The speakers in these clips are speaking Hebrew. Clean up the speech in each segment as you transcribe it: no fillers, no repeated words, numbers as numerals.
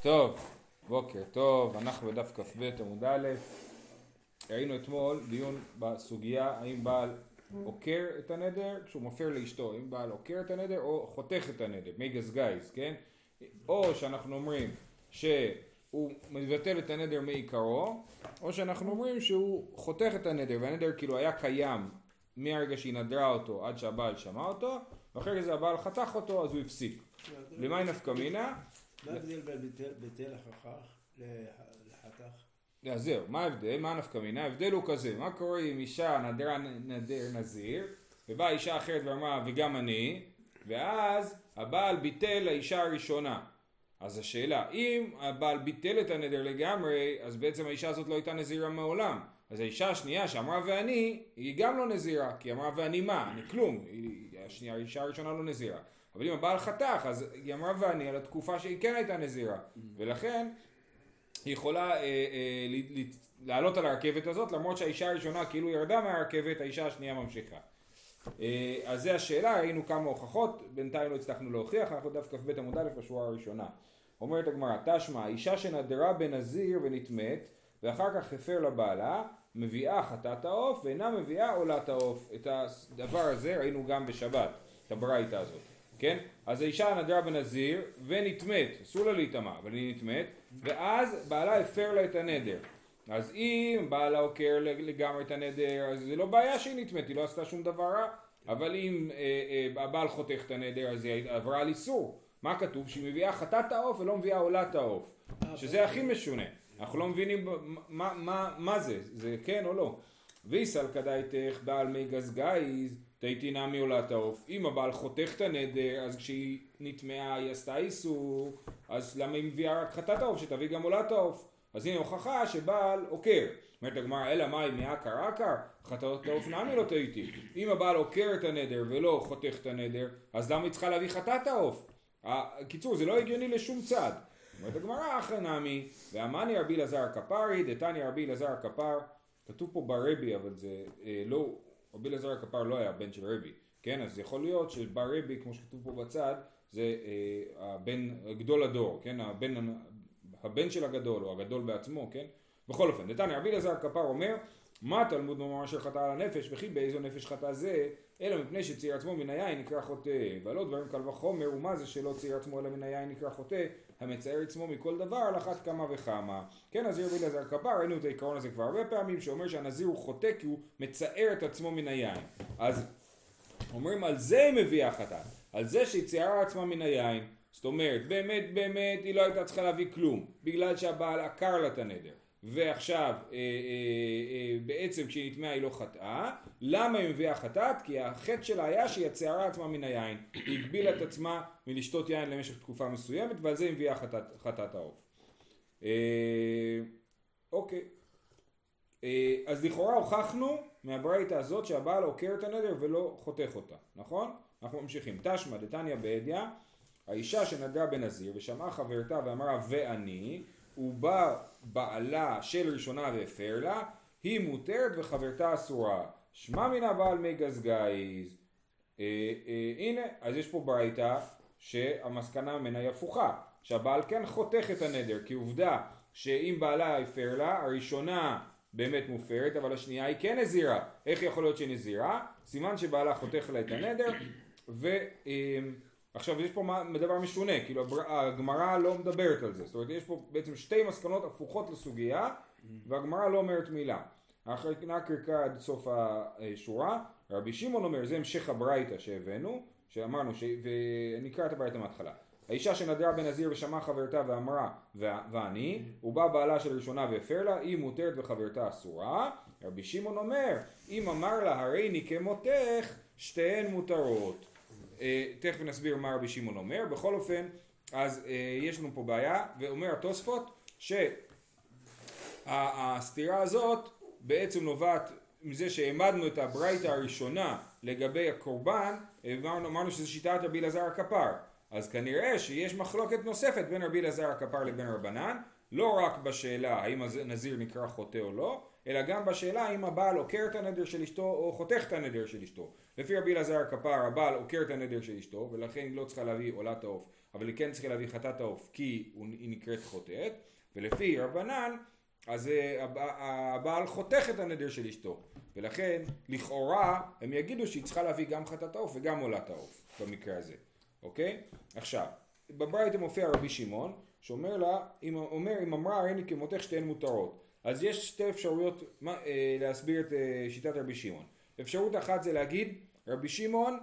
טוב, בוקר טוב, אנחנו בדף כ"ב עמוד א'. ראינו אתמול דיון בסוגיה האם בעל עוקר את הנדר כשהוא מפר לאשתו, אם בעל עוקר את הנדר או חותך את הנדר, מייגס גייז, כן? או שאנחנו אומרים שהוא מבטל את הנדר מעיקרו, או שאנחנו אומרים שהוא חותך את הנדר, והנדר כאילו היה קיים מהרגע שהיא נדרה אותו עד שהבעל שמע אותו, ואחרי זה הבעל חתך אותו אז הוא הפסיק. למה היא נפקא מינה? מה ההבדל בין ביטל החתך לחתך? זהו, מה ההבדל? מה נפקא מינה? ההבדל הוא כזה, מה קורה אם אישה נדרה נדר נזיר, ובאה אישה אחרת ואמרה וגם אני, ואז הבעל ביטל לאישה הראשונה. אז השאלה, אם הבעל ביטל את הנדר לגמרי, אז בעצם האישה הזאת לא הייתה נזירה מעולם. אז האישה השנייה שאמרה ואני, היא גם לא נזירה, כי אמרה ואני מה? אני כלום, האישה הראשונה לא נזירה. אבל אם הבעל חתך, אז היא אמרה ואני על התקופה שהיא כן הייתה נזירה, ולכן היא יכולה לעלות על הרכבת הזאת, למרות שהאישה הראשונה כאילו ירדה מהרכבת, האישה השנייה ממשיכה. אז זה השאלה, ראינו כמה הוכחות, בינתיים לא הצלחנו להוכיח, אנחנו דף כ"ב עמוד א' בשורה הראשונה. אומרת הגמרא, תשמע, האישה שנדרה בנזיר ונטמאת, ואחר כך הפר לבעלה, מביאה חטאת העוף ואינה מביאה עולת העוף. את הדבר הזה ראינו גם בשבת, את הברייתא הזאת. כן? אז האישה נדרה בנזיר ונטמאת, אסור לה להיטמא, אבל היא נטמאת, ואז בעלה הפר לה את הנדר. אז אם בעלה עוקר לגמרי את הנדר, אז זה לא בעיה שהיא נטמאת, היא לא עשתה שום דבר רע, אבל אם הבעל חותך את הנדר, אז היא עברה על איסור. מה כתוב? שהיא מביאה חטאת העוף ולא מביאה עולת העוף, שזה הכי משונה. אנחנו לא מבינים מה זה, זה כן או לא. ויסל כדאיתך בעל מייגס גייז, תהייתינה מעולת העוף. אם הבעל חותך את הנדר, אז כשהיא נטמעה היא עשתה איסור, אז למה היא מביאה רק חטאת העוף שתביא גם עולת העוף? אז הנה הוכחה שבעל עוקר. אומרת הגמרא, אלא מה היא מעקר עקר? חטאת העוף נמי לא תהייתי. אם הבעל עוקר את הנדר ולא חותך את הנדר, אז למה היא צריכה להביא חטאת העוף? קיצור, זה לא הגיוני לשום צד. אומרת הגמרא, אחרי נמי, ואמני רבי אלעזר הכפרי, דתני רבי אלעזר הכפר, כתוב פה ברבי, אבל זה לא, רבי אלעזר הכפר לא היה בן של רבי, כן? אז יכול להיות שברבי, כמו שכתוב פה בצד, זה הבן גדול הדור, כן? הבן של הגדול, או הגדול בעצמו, כן? בכל אופן, דתני רבי אלעזר הכפר אומר, מה תלמוד נאמר אשר חטא על הנפש, וכי באיזו נפש חטא זה, אלא מפני שציר עצמו מן היין נקרא חוטא, ועל עוד דברים קל וחומר, ומה זה שלא ציר עצמו אלא מן היין נקרא חוטא, המצייר עצמו מכל דבר על אחת כמה וכמה. כן, אז רבי אלעזר הכפר, ראינו את העיקרון הזה כבר הרבה פעמים, שאומר שהנזיר הוא חוטא כי הוא מצייר את עצמו מן היין. אז אומרים על זה היא מביאה חטאת, על זה שהיא ציירה עצמה מן היין, זאת אומרת, באמת היא לא הייתה צריכה להביא כלום, בגלל שהבעל עקר לה את הנדר. ועכשיו בעצם כשהיא נטמעה היא לא חטאה. למה היא מביאה חטאת? כי החטא שלה היה שהיא ציירה עצמה מן היין, היא הגבילה את עצמה מלשתות יין למשך תקופה מסוימת, ועל זה היא מביאה חטאת העוף. אוקיי, אז לכאורה הוכחנו מהברייתא הזאת שהבעל עוקר את הנדר ולא חותך אותה, נכון? אנחנו ממשיכים. תשמע דתניא בהדיא, האישה שנדרה בנזיר ושמעה חברתה ואמרה ואני, ובא בעלה של ראשונה והפר לה, היא מותרת וחברתה אסורה. שמע מן הבעל מייגס גייז. הנה, אז יש פה ברייתא שהמסקנה ממנה היא הפוכה, שהבעל כן חותך את הנדר, כי עובדה שאם בעלה הפר לה, הראשונה באמת מופרת, אבל השנייה היא כן נזירה. איך יכול להיות שהיא נזירה? סימן שבעלה חותך לה את הנדר, עכשיו יש פה דבר משונה, כאילו הגמרא לא מדברת על זה, זאת אומרת יש פה בעצם שתי מסקנות הפוכות לסוגיה, והגמרא לא אומרת מילה. אחרי נקרא עד סוף השורה, רבי שמעון אומר, זה המשך הברייתא שהבאנו, שאמרנו, ונקרא את הברייתא מההתחלה. האישה שנדרה בנזיר ושמעה חברתה ואמרה ואני, ובא בעלה של ראשונה והפר לה, היא מותרת וחברתה אסורה. רבי שמעון אומר, אם אמר לה הריני כמותך, שתיהן מותרות. תכף נסביר מה רבי שמעון אומר. בכל אופן, אז יש לנו פה בעיה, ואומר התוספות שהסתירה הזאת בעצם נובעת מזה שהעמדנו את הברייתא הראשונה לגבי הקורבן, אמרנו שזה שיטת רבי אלעזר הכפר, אז כנראה שיש מחלוקת נוספת בין רבי אלעזר הכפר לבין רבנן, לא רק בשאלה האם הנזיר נקרא חוטא או לא, אלא גם בשאלה האם הבעל עוקר את הנדר של אשתו או חותך את הנדר של אשתו. לפי רבי אלעזר כפר, הבעל עוקר את הנדר של אשתו, ולכן היא לא צריכה להביא עולת העוף, אבל היא כן צריכה להביא חטאת העוף כי היא נקראת חוטאת, ולפי רבנן אז הבעל חותך את הנדר של אשתו, ולכן לכאורה הם יגידו שהיא צריכה להביא גם חטאת העוף וגם עולת העוף במקרה הזה, אוקיי? עכשיו, בברייתא מופיע רבי שמעון שאומר לה, אם אמרה הריני כמותך שתיהן מותרות, אז יש שתי אפשרויות להסביר את שיטת רבי שמעון. אפשרות אחת זה להגיד רבי שמעון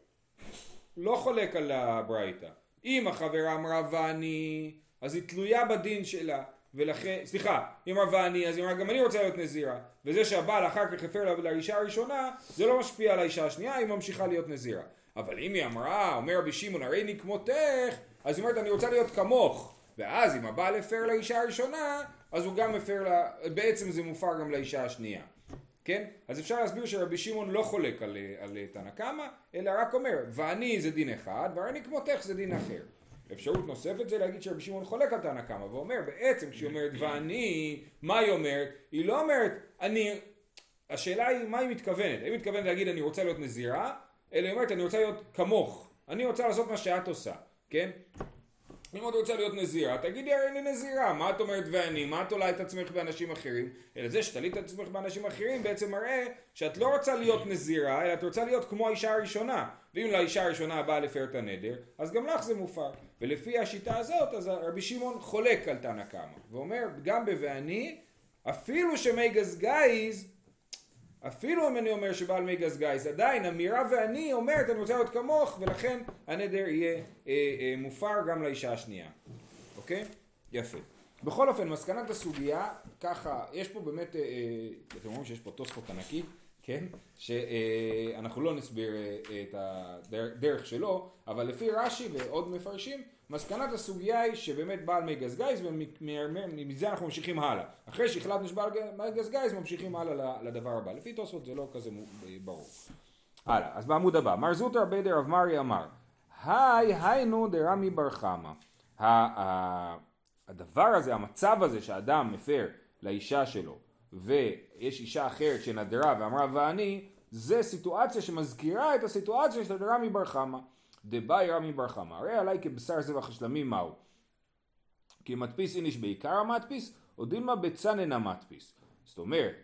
לא חולק על הברייתא, אם החברה אמרה ואני, אז היא תלויה בדין שלה, ולכן, סליחה, אם אמרה ואני, אז היא אמרה גם אני רוצה להיות נזירה, וזה שהבעל אחר כך הפר לאישה הראשונה, זה לא משפיע על האישה השנייה, היא ממשיכה להיות נזירה. אבל אם היא אמרה, אומר רבי שמעון הרי אני כמותך, אז היא אומרת אני רוצה להיות כמוך, ואז אם הבעל הפר לאישה הראשונה, אז הוא גם הפר לה, בעצם זה מופר גם לאישה השנייה. כן? אז אפשר להסביר שרבי שמעון לא חולק על תנא קמא, אלא רק אומר, ואני זה דין אחד, ואני כמותך זה דין אחר. אפשרות נוספת זה להגיד שרבי שמעון חולק על תנא קמא, ואומר, בעצם כשהיא אומרת ואני, מה היא אומרת? היא לא אומרת, אני, השאלה היא מה היא מתכוונת. היא מתכוונת להגיד אני רוצה להיות נזירה, אלא היא אומרת אני רוצה להיות כמוך, אני רוצה לעשות מה שאת עושה, כן? אם את רוצה להיות נזירה, תגידי הרי אני נזירה, מה את אומרת ואני, מה את תולה את עצמך באנשים אחרים? אלא זה שתלית את עצמך באנשים אחרים בעצם מראה שאת לא רוצה להיות נזירה, אלא את רוצה להיות כמו האישה הראשונה. ואם לאישה הראשונה הבאה לפר את הנדר, אז גם לך זה מופר. ולפי השיטה הזאת, אז רבי שמעון חולק על תנא קמא, ואומר גם ב"ואני", אפילו שמי גזגייז, אפילו אם אני אומר שבעל מי גזגייז, עדיין אמירה ואני אומרת אני רוצה להיות כמוך, ולכן הנדר יהיה מופר גם לאישה השנייה. אוקיי? יפה. בכל אופן, מסקנת הסוגיה, ככה, יש פה באמת, אתם אומרים שיש פה תוספות ענקי, כן? שאנחנו לא נסביר את הדרך שלו, אבל לפי רש"י ועוד מפרשים, מסקנת הסוגיה היא שבאמת בעל מי גזגייז, ומזה אנחנו ממשיכים הלאה. אחרי שהחלטנו שבעל מי גזגייז, ממשיכים הלאה לדבר הבא. לפי תוספות זה לא כזה ברור. הלאה, אז בעמוד הבא, מר זוטרא ביה דרב מרי אמר, היינו דרמי בר חמא. הדבר הזה, המצב הזה שאדם מפר לאישה שלו, ויש אישה אחרת שנדרה ואמרה ואני, זה סיטואציה שמזכירה את הסיטואציה של רמי בר חמא. דבאי רמי בר חמא, הרי עליי כבשר זבח השלמים מהו? כי מדפיס איניש בעיקר המדפיס, או דילמה בצנן המדפיס. זאת אומרת,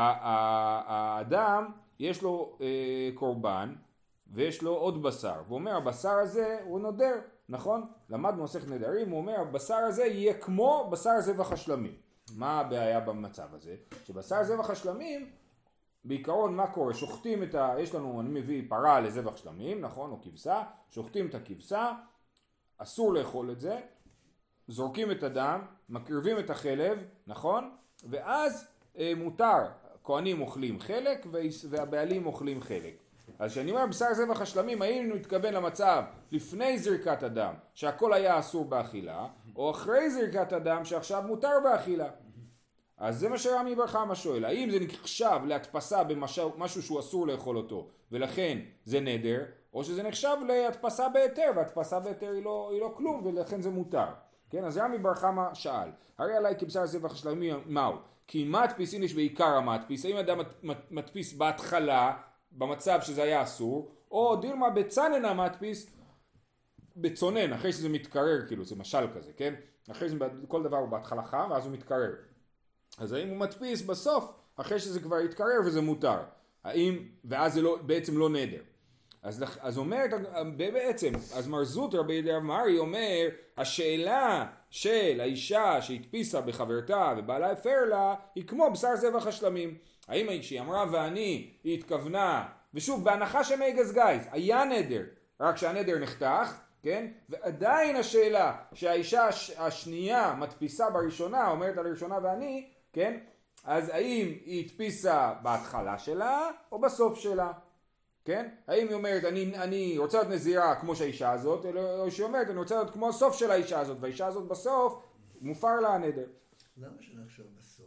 האדם יש לו קורבן, ויש לו עוד בשר, והוא אומר הבשר הזה הוא נודר, נכון? למדנו מסכת נדרים, הוא אומר הבשר הזה יהיה כמו בשר זבח השלמים. מה הבעיה במצב הזה? שבשר זבח השלמים, בעיקרון מה קורה? שוחטים את יש לנו, אני מביא פרה לזבח שלמים, נכון? או כבשה, שוחטים את הכבשה, אסור לאכול את זה, זורקים את הדם, מקריבים את החלב, נכון? ואז מותר, כהנים אוכלים חלק והבעלים אוכלים חלק. אז כשאני אומר בשר זבח השלמים, היינו מתכוון למצב לפני זריקת הדם, שהכל היה אסור באכילה, או אחרי זריקת הדם שעכשיו מותר באכילה. אז זה מה שרמי בר חמא שואל, האם זה נחשב להדפסה במשהו שהוא אסור לאכול אותו, ולכן זה נדר, או שזה נחשב להדפסה בהיתר, והדפסה בהיתר היא לא כלום, ולכן זה מותר. כן, אז רמי בר חמא שאל, הרי עליי כבשר זבח השלמים מהו? כי מדפיס איניש בעיקר המדפיס, האם אדם מדפיס בהתחלה, במצב שזה היה אסור, או דילמה בצנן המדפיס, בצונן, אחרי שזה מתקרר, כאילו זה משל כזה, כן? אחרי זה כל דבר הוא בהתחלה חם, ואז הוא מתקרר. אז האם הוא מדפיס בסוף, אחרי שזה כבר יתקרר וזה מותר? האם, ואז זה בעצם לא נדר. אז אומרת, בעצם, אז מר זוטרא ביה דרב מרי אומר, השאלה של האישה שהדפיסה בחברתה ובעלה הפר לה, היא כמו בשר זבח השלמים. האם שהיא אמרה ואני, היא התכוונה, ושוב, בהנחה שמי גזגייז, היה נדר, רק שהנדר נחתך, כן? ועדיין השאלה שהאישה השנייה מדפיסה בראשונה, אומרת על הראשונה ואני, כן? אז האם היא הדפיסה בהתחלה שלה או בסוף שלה? כן? האם היא אומרת אני רוצה להיות נזירה כמו שהאישה הזאת, או שהיא אומרת אני רוצה להיות כמו הסוף של האישה הזאת, והאישה הזאת בסוף מופר לה הנדר. למה שנחשוב בסוף?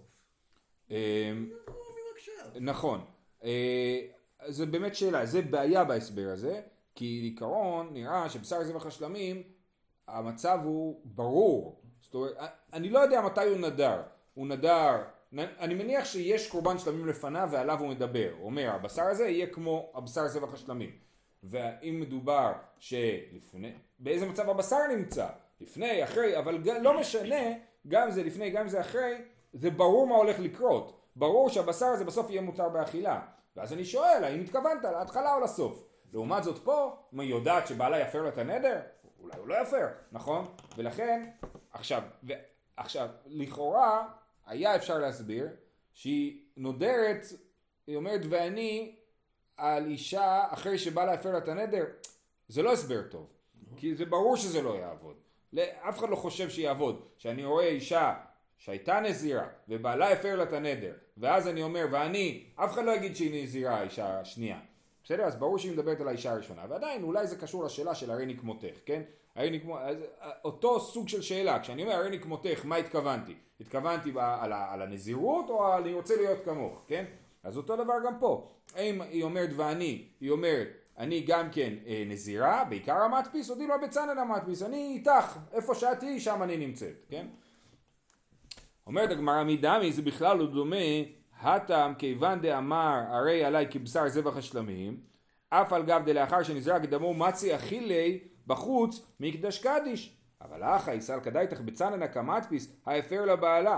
נכון. זה באמת שאלה, זה בעיה בהסבר הזה, כי לעיקרון נראה שבשר זבח השלמים המצב הוא ברור. זאת אומרת, אני לא יודע מתי הוא נדר, אני מניח שיש קורבן שלמים לפניו ועליו הוא מדבר, הוא אומר הבשר הזה יהיה כמו הבשר זבח השלמים, ואם מדובר שלפני, באיזה מצב הבשר נמצא, לפני, אחרי, אבל לא משנה, גם זה לפני, גם זה אחרי, זה ברור מה הולך לקרות, ברור שהבשר הזה בסוף יהיה מותר באכילה, ואז אני שואל, האם התכוונת להתחלה או לסוף? לעומת זאת פה, אם היא יודעת שבעלה יפר לו את הנדר, אולי הוא לא יפר, נכון? ולכן, עכשיו, לכאורה, היה אפשר להסביר שהיא נודרת, היא אומרת ואני על אישה אחרי שבעלה יפר לה את הנדר, זה לא הסבר טוב, כי זה ברור שזה לא יעבוד. אף אחד לא חושב שיעבוד, שאני רואה אישה שהייתה נזירה ובעלה יפר לה את הנדר, ואז אני אומר ואני, אף אחד לא יגיד שהיא נזירה האישה השנייה. בסדר? אז ברור שהיא מדברת על האישה הראשונה, ועדיין אולי זה קשור לשאלה של הריני כמותך, כן? אותו סוג של שאלה, כשאני אומר הריני כמותך, מה התכוונתי? התכוונתי על הנזירות או אני רוצה להיות כמוך, כן? אז אותו דבר גם פה. אם היא אומרת ואני, היא אומרת אני גם כן נזירה, בעיקר המדפיס, או דילמה בצנן המדפיס, אני איתך, איפה שאת היא, שם אני נמצאת, כן? אומרת הגמרא מדמי, זה בכלל לא דומה, הטעם כיוון דאמר הרי עליי כבשר זבח השלמים, אף על גב דלאחר שנזרק דמו מצי אכילי בחוץ מקדש קדיש, אבל אחא יסל כדאיתך בצנן כמדפיס ההפר לבעלה.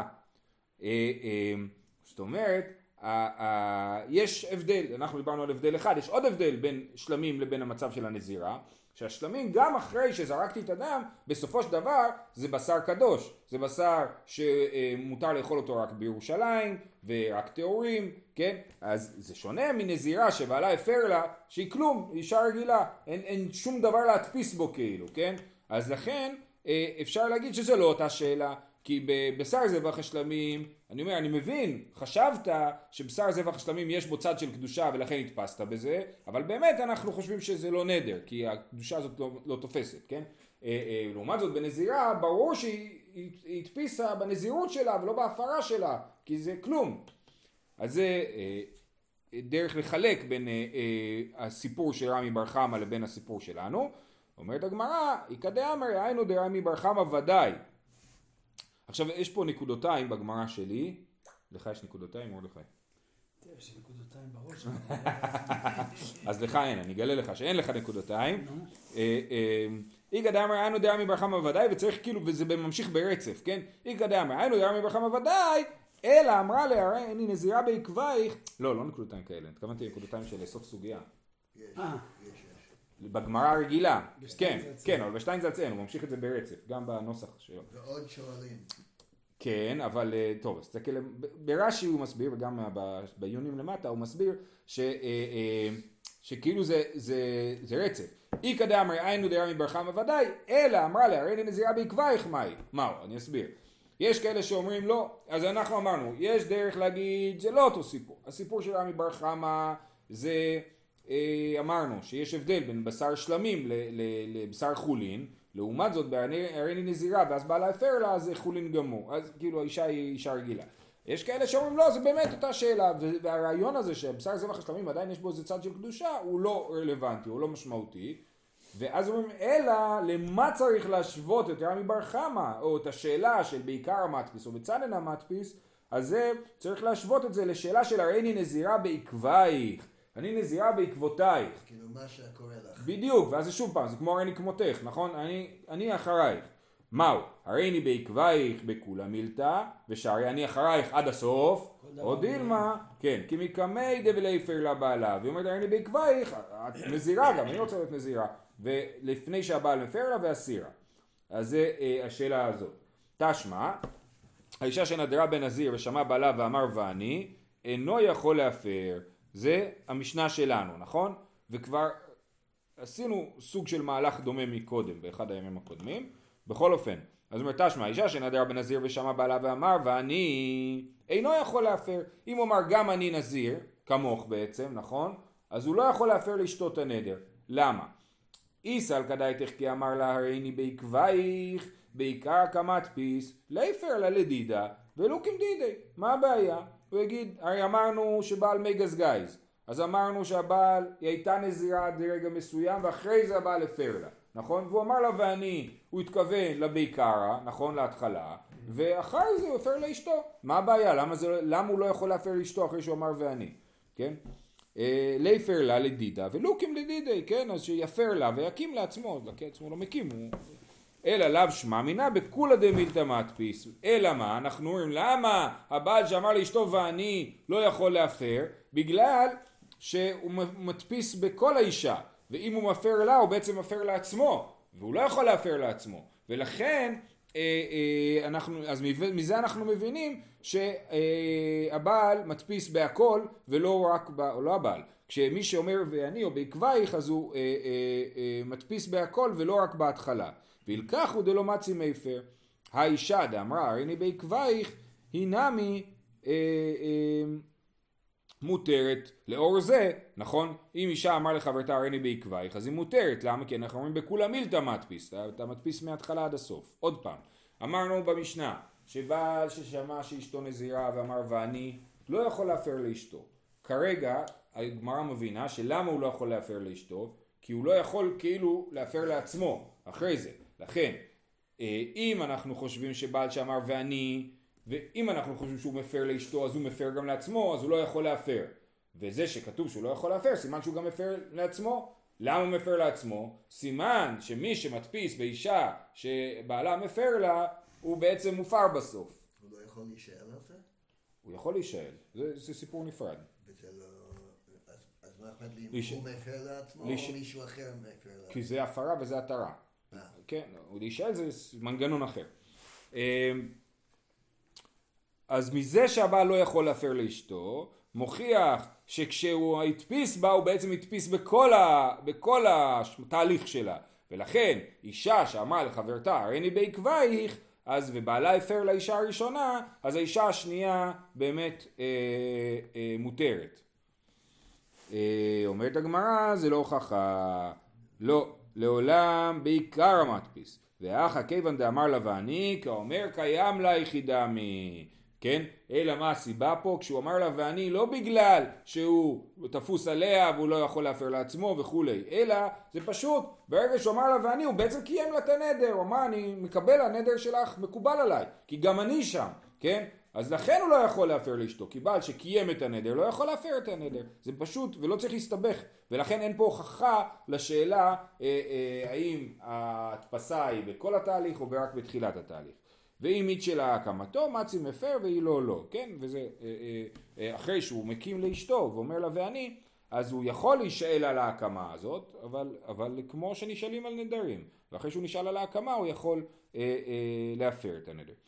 זאת אומרת, יש הבדל, אנחנו דיברנו על הבדל אחד, יש עוד הבדל בין שלמים לבין המצב של הנזירה, שהשלמים גם אחרי שזרקתי את הדם, בסופו של דבר זה בשר קדוש, זה בשר שמותר לאכול אותו רק בירושלים ורק טהורים, כן? אז זה שונה מנזירה שבעלה הפר לה, שהיא כלום, היא אישה רגילה, אין שום דבר להדפיס בו כאילו, כן? אז לכן אפשר להגיד שזה לא אותה שאלה, כי בבשר זבח השלמים, אני אומר, אני מבין, חשבת שבשר זבח השלמים יש בו צד של קדושה ולכן התפסת בזה, אבל באמת אנחנו חושבים שזה לא נדר, כי הקדושה הזאת לא תופסת, כן? לעומת זאת בנזירה, ברור שהיא התפיסה בנזירות שלה ולא בהפרה שלה, כי זה כלום. אז זה דרך לחלק בין הסיפור של רמי בר חמא לבין הסיפור שלנו. אומרת הגמרא, איקא דאמר היינו דרמי בר חמא ודאי. עכשיו יש פה נקודותיים בגמרא שלי, לך יש נקודותיים או לך? יש נקודותיים בראש. אז לך אין, אני אגלה לך שאין לך נקודותיים. איכא דאמר היינו דרמי בר חמא ודאי, וצריך כאילו, וזה ממשיך ברצף, כן? איכא דאמר היינו דרמי בר חמא ודאי, אלא אמרה לה, הרי אני נזירה בעקבייך. לא נקודותיים כאלה, התכוונתי נקודותיים של סוף סוגיה. יש. בגמרא הרגילה, כן, אבל בשטיינזלץ אין, הוא ממשיך את זה ברצף, גם בנוסח שלו. ועוד שואלים. כן, אבל טוב, תסתכל, ברש"י הוא מסביר, וגם בעיונים למטה הוא מסביר, שכאילו זה רצף. איכא דאמר היינו דרמי בר חמא ודאי, אלא אמרה לה, הרי אני נזירה בעקבייך מהו, אני אסביר. יש כאלה שאומרים לא, אז אנחנו אמרנו, יש דרך להגיד, זה לא אותו סיפור. הסיפור של רמי בר חמא זה, אמרנו שיש הבדל בין בשר שלמים לבשר חולין, לעומת זאת הרי אני נזירה ואז בעלה הפר לה, אז זה חולין גמור, אז כאילו האישה היא אישה רגילה. יש כאלה שאומרים לא, זה באמת אותה שאלה, והרעיון הזה שבשר זבח השלמים עדיין יש בו איזה צד של קדושה, הוא לא רלוונטי, הוא לא משמעותי, ואז אומרים אלא למה צריך להשוות את רמי בר חמא, או את השאלה של בעיקר המדפיס או בצנן המדפיס, אז זה צריך להשוות את זה לשאלה של הרי אני נזירה בעקבייך, אני נזירה בעקבותייך. כאילו מה שקורה לך. בדיוק, ואז זה שוב פעם, זה כמו הרי אני כמותך, נכון? אני אחרייך. מהו? הרי אני בעקבייך בכולה מילתא, ושהרי אני אחרייך עד הסוף, או דילמה, כן, כי מקמי דבלי פר לה בעלה, והיא אומרת הרי אני בעקבייך, את נזירה גם, אני רוצה להיות נזירה, ולפני שהבעל מפר לה והסירה. אז זה השאלה הזאת. תשמע, האישה שנדרה בנזיר ושמע בעלה ואמר ואני, אינו יכול להפר. זה המשנה שלנו, נכון? וכבר עשינו סוג של מהלך דומה מקודם, באחד הימים הקודמים. בכל אופן, אז אומרת תשמע, האישה שנדרה בנזיר ושמע בעלה ואמר ואני אינו יכול להפר. אם הוא אמר גם אני נזיר, כמוך בעצם, נכון? אז הוא לא יכול להפר לאשתות הנדר. למה? איסל כדאיתך כי אמר לה הרי אני בעקבייך, בעיקר כמדפיס, להפר לה לדידה, ולא כמדידי. מה הבעיה? הוא יגיד, הרי אמרנו שבעל מי גזגייז, אז אמרנו שהבעל היא הייתה נזירה עד רגע מסוים, ואחרי זה הבעל הפר לה, נכון? והוא אמר לה ואני, הוא התכוון לבעיקרה, נכון? להתחלה, ואחרי זה הוא הפר לאשתו. מה הבעיה? למה הוא לא יכול להפר לאשתו אחרי שהוא אמר ואני? כן? להפר לה לדידה ולוקים לדידי, כן? אז שיפר לה ויקים לעצמו, לעצמו לא מקים. אלא לאו שמע מינה בכולה דמילתא מדפיס. אלא מה? אנחנו אומרים למה הבעל שאמר לאשתו ואני לא יכול להפר? בגלל שהוא מדפיס בכל האישה, ואם הוא מפר לה הוא בעצם מפר לעצמו, והוא לא יכול להפר לעצמו, ולכן אז מזה אנחנו מבינים שהבעל מדפיס בהכל ולא רק, לא הבעל, כשמי שאומר ואני או בעקבייך אז הוא מדפיס בהכל ולא רק בהתחלה, וילקח הוא דלא מצי מפר. האישה דאמרה הריני בעקבייך היא נמי מותרת. לאור זה, נכון, אם אישה אמר לחברתה הריני בעקבייך אז היא מותרת. למה? כי אנחנו אומרים בכולה מילתא מדפיס, אתה מדפיס מההתחלה עד הסוף. עוד פעם, אמרנו במשנה שבעל ששמע שאשתו נזירה ואמר ואני לא יכול להפר לאשתו. כרגע הגמרא מבינה שלמה הוא לא יכול להפר לאשתו, כי הוא לא יכול כאילו להפר לעצמו אחרי זה. לכן אם אנחנו חושבים שבעל שאמר ואני, ואם אנחנו חושבים שהוא מפר לאשתו אז הוא מפר גם לעצמו, אז הוא לא יכול להפר. וזה שכתוב שהוא לא יכול להפר, סימן שהוא גם מפר לעצמו. למה הוא מפר לעצמו? סימן שמי שמדפיס באישה שבעלה מפר לה, הוא בעצם מופר בסוף. הוא לא יכול להישאל על זה? הוא יכול להישאל, זה סיפור נפרד. וזה לא... אז מה אכפת לי אם הוא מפר לעצמו או מישהו אחר מפר לעצמו? כי זה הפרה וזה התרה. כן, הוא להישאל זה מנגנון אחר. אז מזה שהבעל לא יכול להפר לאשתו, מוכיח שכשהוא הדפיס בה הוא בעצם הדפיס בכל התהליך שלה. ולכן אישה שאמרה לחברתה הריני בעקבייך, אז ובעלה הפר לאישה הראשונה, אז האישה השנייה באמת מותרת. אומרת הגמרא זה לא הוכחה. לא, לעולם בעיקר המדפיס. ואחא כיוון דאמר לה ואני, כאומר קיים לה יחידה מי. כן? אלא מה הסיבה פה? כשהוא אמר לה ואני לא בגלל שהוא תפוס עליה והוא לא יכול להפר לעצמו וכולי, אלא זה פשוט ברגע שהוא אמר לה ואני הוא בעצם קיים לה את הנדר, הוא אמר אני מקבל הנדר שלך מקובל עליי כי גם אני שם, כן? אז לכן הוא לא יכול להפר לאשתו, כי בעל שקיים את הנדר לא יכול להפר את הנדר, זה פשוט ולא צריך להסתבך, ולכן אין פה הוכחה לשאלה האם ההדפסה היא בכל התהליך או רק בתחילת התהליך. ואם אית שלה הקמתו, מצי מפר והיא לא, כן? וזה אחרי שהוא מקים לאשתו ואומר לה ואני, אז הוא יכול להישאל על ההקמה הזאת, אבל כמו שנשאלים על נדרים, ואחרי שהוא נשאל על ההקמה הוא יכול להפר את הנדר.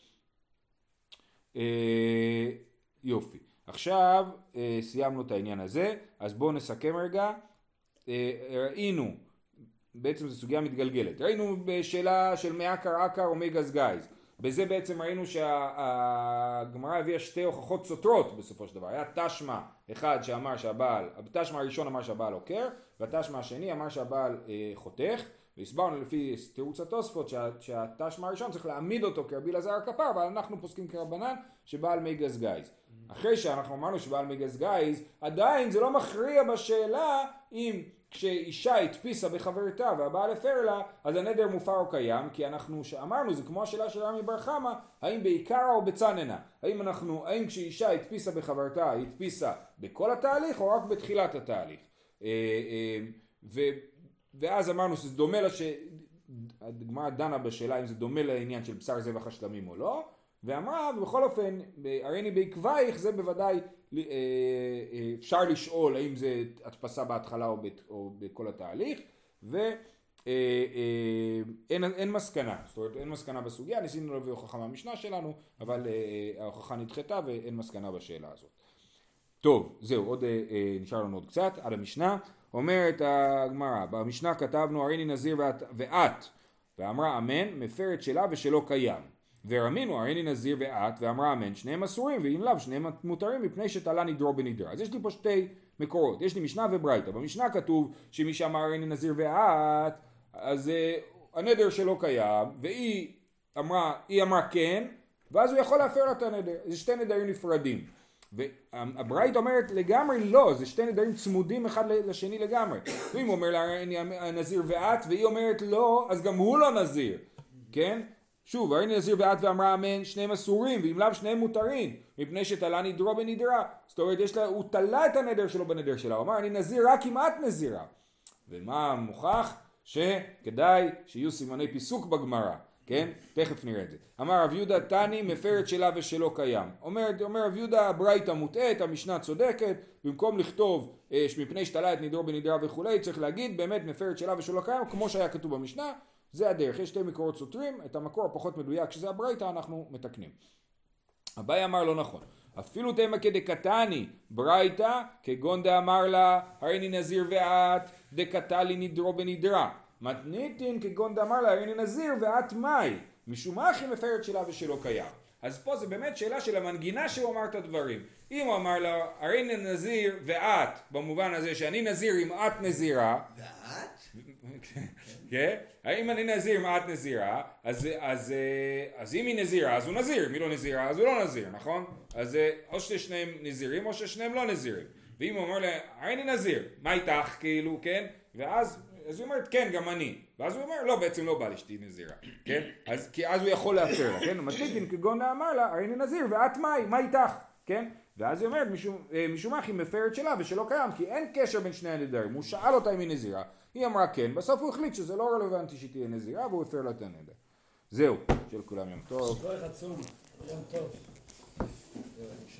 יופי. עכשיו סיימנו את העניין הזה, אז בואו נסכם רגע. ראינו, בעצם זו סוגיה מתגלגלת, ראינו בשאלה של מעקר עקר או מגזגז, בזה בעצם ראינו שהגמרא הביאה שתי הוכחות סותרות בסופו של דבר. היה תשמע אחד שאמר שהבעל, התשמע הראשון אמר שהבעל עוקר, והתשמע השני אמר שהבעל חותך, והסברנו לפי תירוץ התוספות שהתשמע הראשון צריך להעמיד אותו כרבי אלעזר הכפר, אבל אנחנו פוסקים כרבנן שבעל מי גזגז. אחרי שאנחנו אמרנו שבעל מי גזגז, עדיין זה לא מכריע בשאלה אם כשאישה הדפיסה בחברתה והבעל הפר לה, אז הנדר מופר או קיים, כי אנחנו אמרנו, זה כמו השאלה של רמי בר חמא, האם בעיקר או בצננה, האם כשאישה הדפיסה בחברתה, היא הדפיסה בכל התהליך או רק בתחילת התהליך. ואז אמרנו שזה דומה הגמרא דנה בשאלה אם זה דומה לעניין של בשר זבח השלמים או לא, ואמרה ובכל אופן הריני בעקבייך זה בוודאי אפשר לשאול האם זה הדפסה בהתחלה או בכל התהליך, ואין מסקנה, זאת אומרת אין מסקנה בסוגיה, ניסינו להביא הוכחה מהמשנה שלנו אבל ההוכחה נדחתה ואין מסקנה בשאלה הזאת. טוב, זהו, עוד נשאר לנו עוד קצת על המשנה. אומרת הגמרא, במשנה כתבנו הריני נזיר ואת, ואמרה אמן, מפרת שלה ושלא קיים. ורמינו הריני נזיר ואת, ואמרה אמן, שניהם אסורים, ואם לאו שניהם מותרים מפני שתלה נדרו בנדרה. אז יש לי פה שתי מקורות, יש לי משנה וברייתא. במשנה כתוב שמי שאמר הריני נזיר ואת, אז הנדר שלו קיים, והיא אמרה כן, ואז הוא יכול להפר את הנדר. זה שתי נדרים נפרדים. והברייתא אומרת לגמרי לא, זה שתי נדרים צמודים אחד לשני לגמרי. ואם הוא אומר לה אני נזיר ואת, והיא אומרת לא, אז גם הוא לא נזיר, כן? שוב, הרי נזיר ואת ואמרה אמן, שניהם אסורים, ואם לאו שניהם מותרים, מפני שתלה נדרו בנדרה. זאת אומרת, הוא תלה את הנדר שלו בנדר שלה, הוא אמר, אני נזיר רק אם את נזירה. ומה מוכח? שכדאי שיהיו סימני פיסוק בגמרא, כן? תכף נראה את זה. אמר רב יהודה תני מפרת שלה ושלא קיים. אומר רב יהודה, הברייתא מוטעית, המשנה צודקת, במקום לכתוב מפני שתלה את נדרו בנדרה וכולי, צריך להגיד באמת מפרת שלה ושלא קיים, כמו שהיה כתוב במשנה, זה הדרך. יש שתי מקורות סותרים, את המקור הפחות מדויק שזה הברייתא אנחנו מתקנים. אביי אמר לא נכון. אפילו תימא כדקתני ברייתא, כגון דאמר לה, הריני נזיר ואת, דקתלי נדרו בנדרה. מתניתין כגון דאמר לה, הריני נזיר ואת מאי. משום מה הכי מפרת שלה ושלא קיים. אז פה זה באמת שאלה של המנגינה שהוא אמר את הדברים. אם הוא אמר לה, הריני נזיר ואת, במובן הזה שאני נזיר אם את נזירה. ואת? כן? האם אני נזיר אם את נזירה, אז אם היא נזירה אז הוא נזיר, אם היא לא נזירה אז הוא לא נזיר, נכון? אז או ששניהם נזירים או ששניהם לא נזירים. ואם הוא אומר לה, הריני נזיר, מה איתך כאילו, כן? ואז הוא אומר, כן, גם אני. ואז הוא אומר, לא, בעצם לא בא לי שתהי נזירה, כן? כי אז הוא יכול להפר לה, כן? מתניתין כגון דאמר לה, הריני נזיר ואת מאי, מה איתך? כן? ואז היא אומרת, משום מה היא מפרת שלה ושלא קיים, כי אין קשר בין שני הנדרים. הוא שאל אותה אם היא נזירה, היא אמרה כן, בסוף הוא החליט שזה לא רלוונטי שתהיה נזירה, והוא הפר לה את הנדר. זהו, של כולם יום טוב. יום טוב.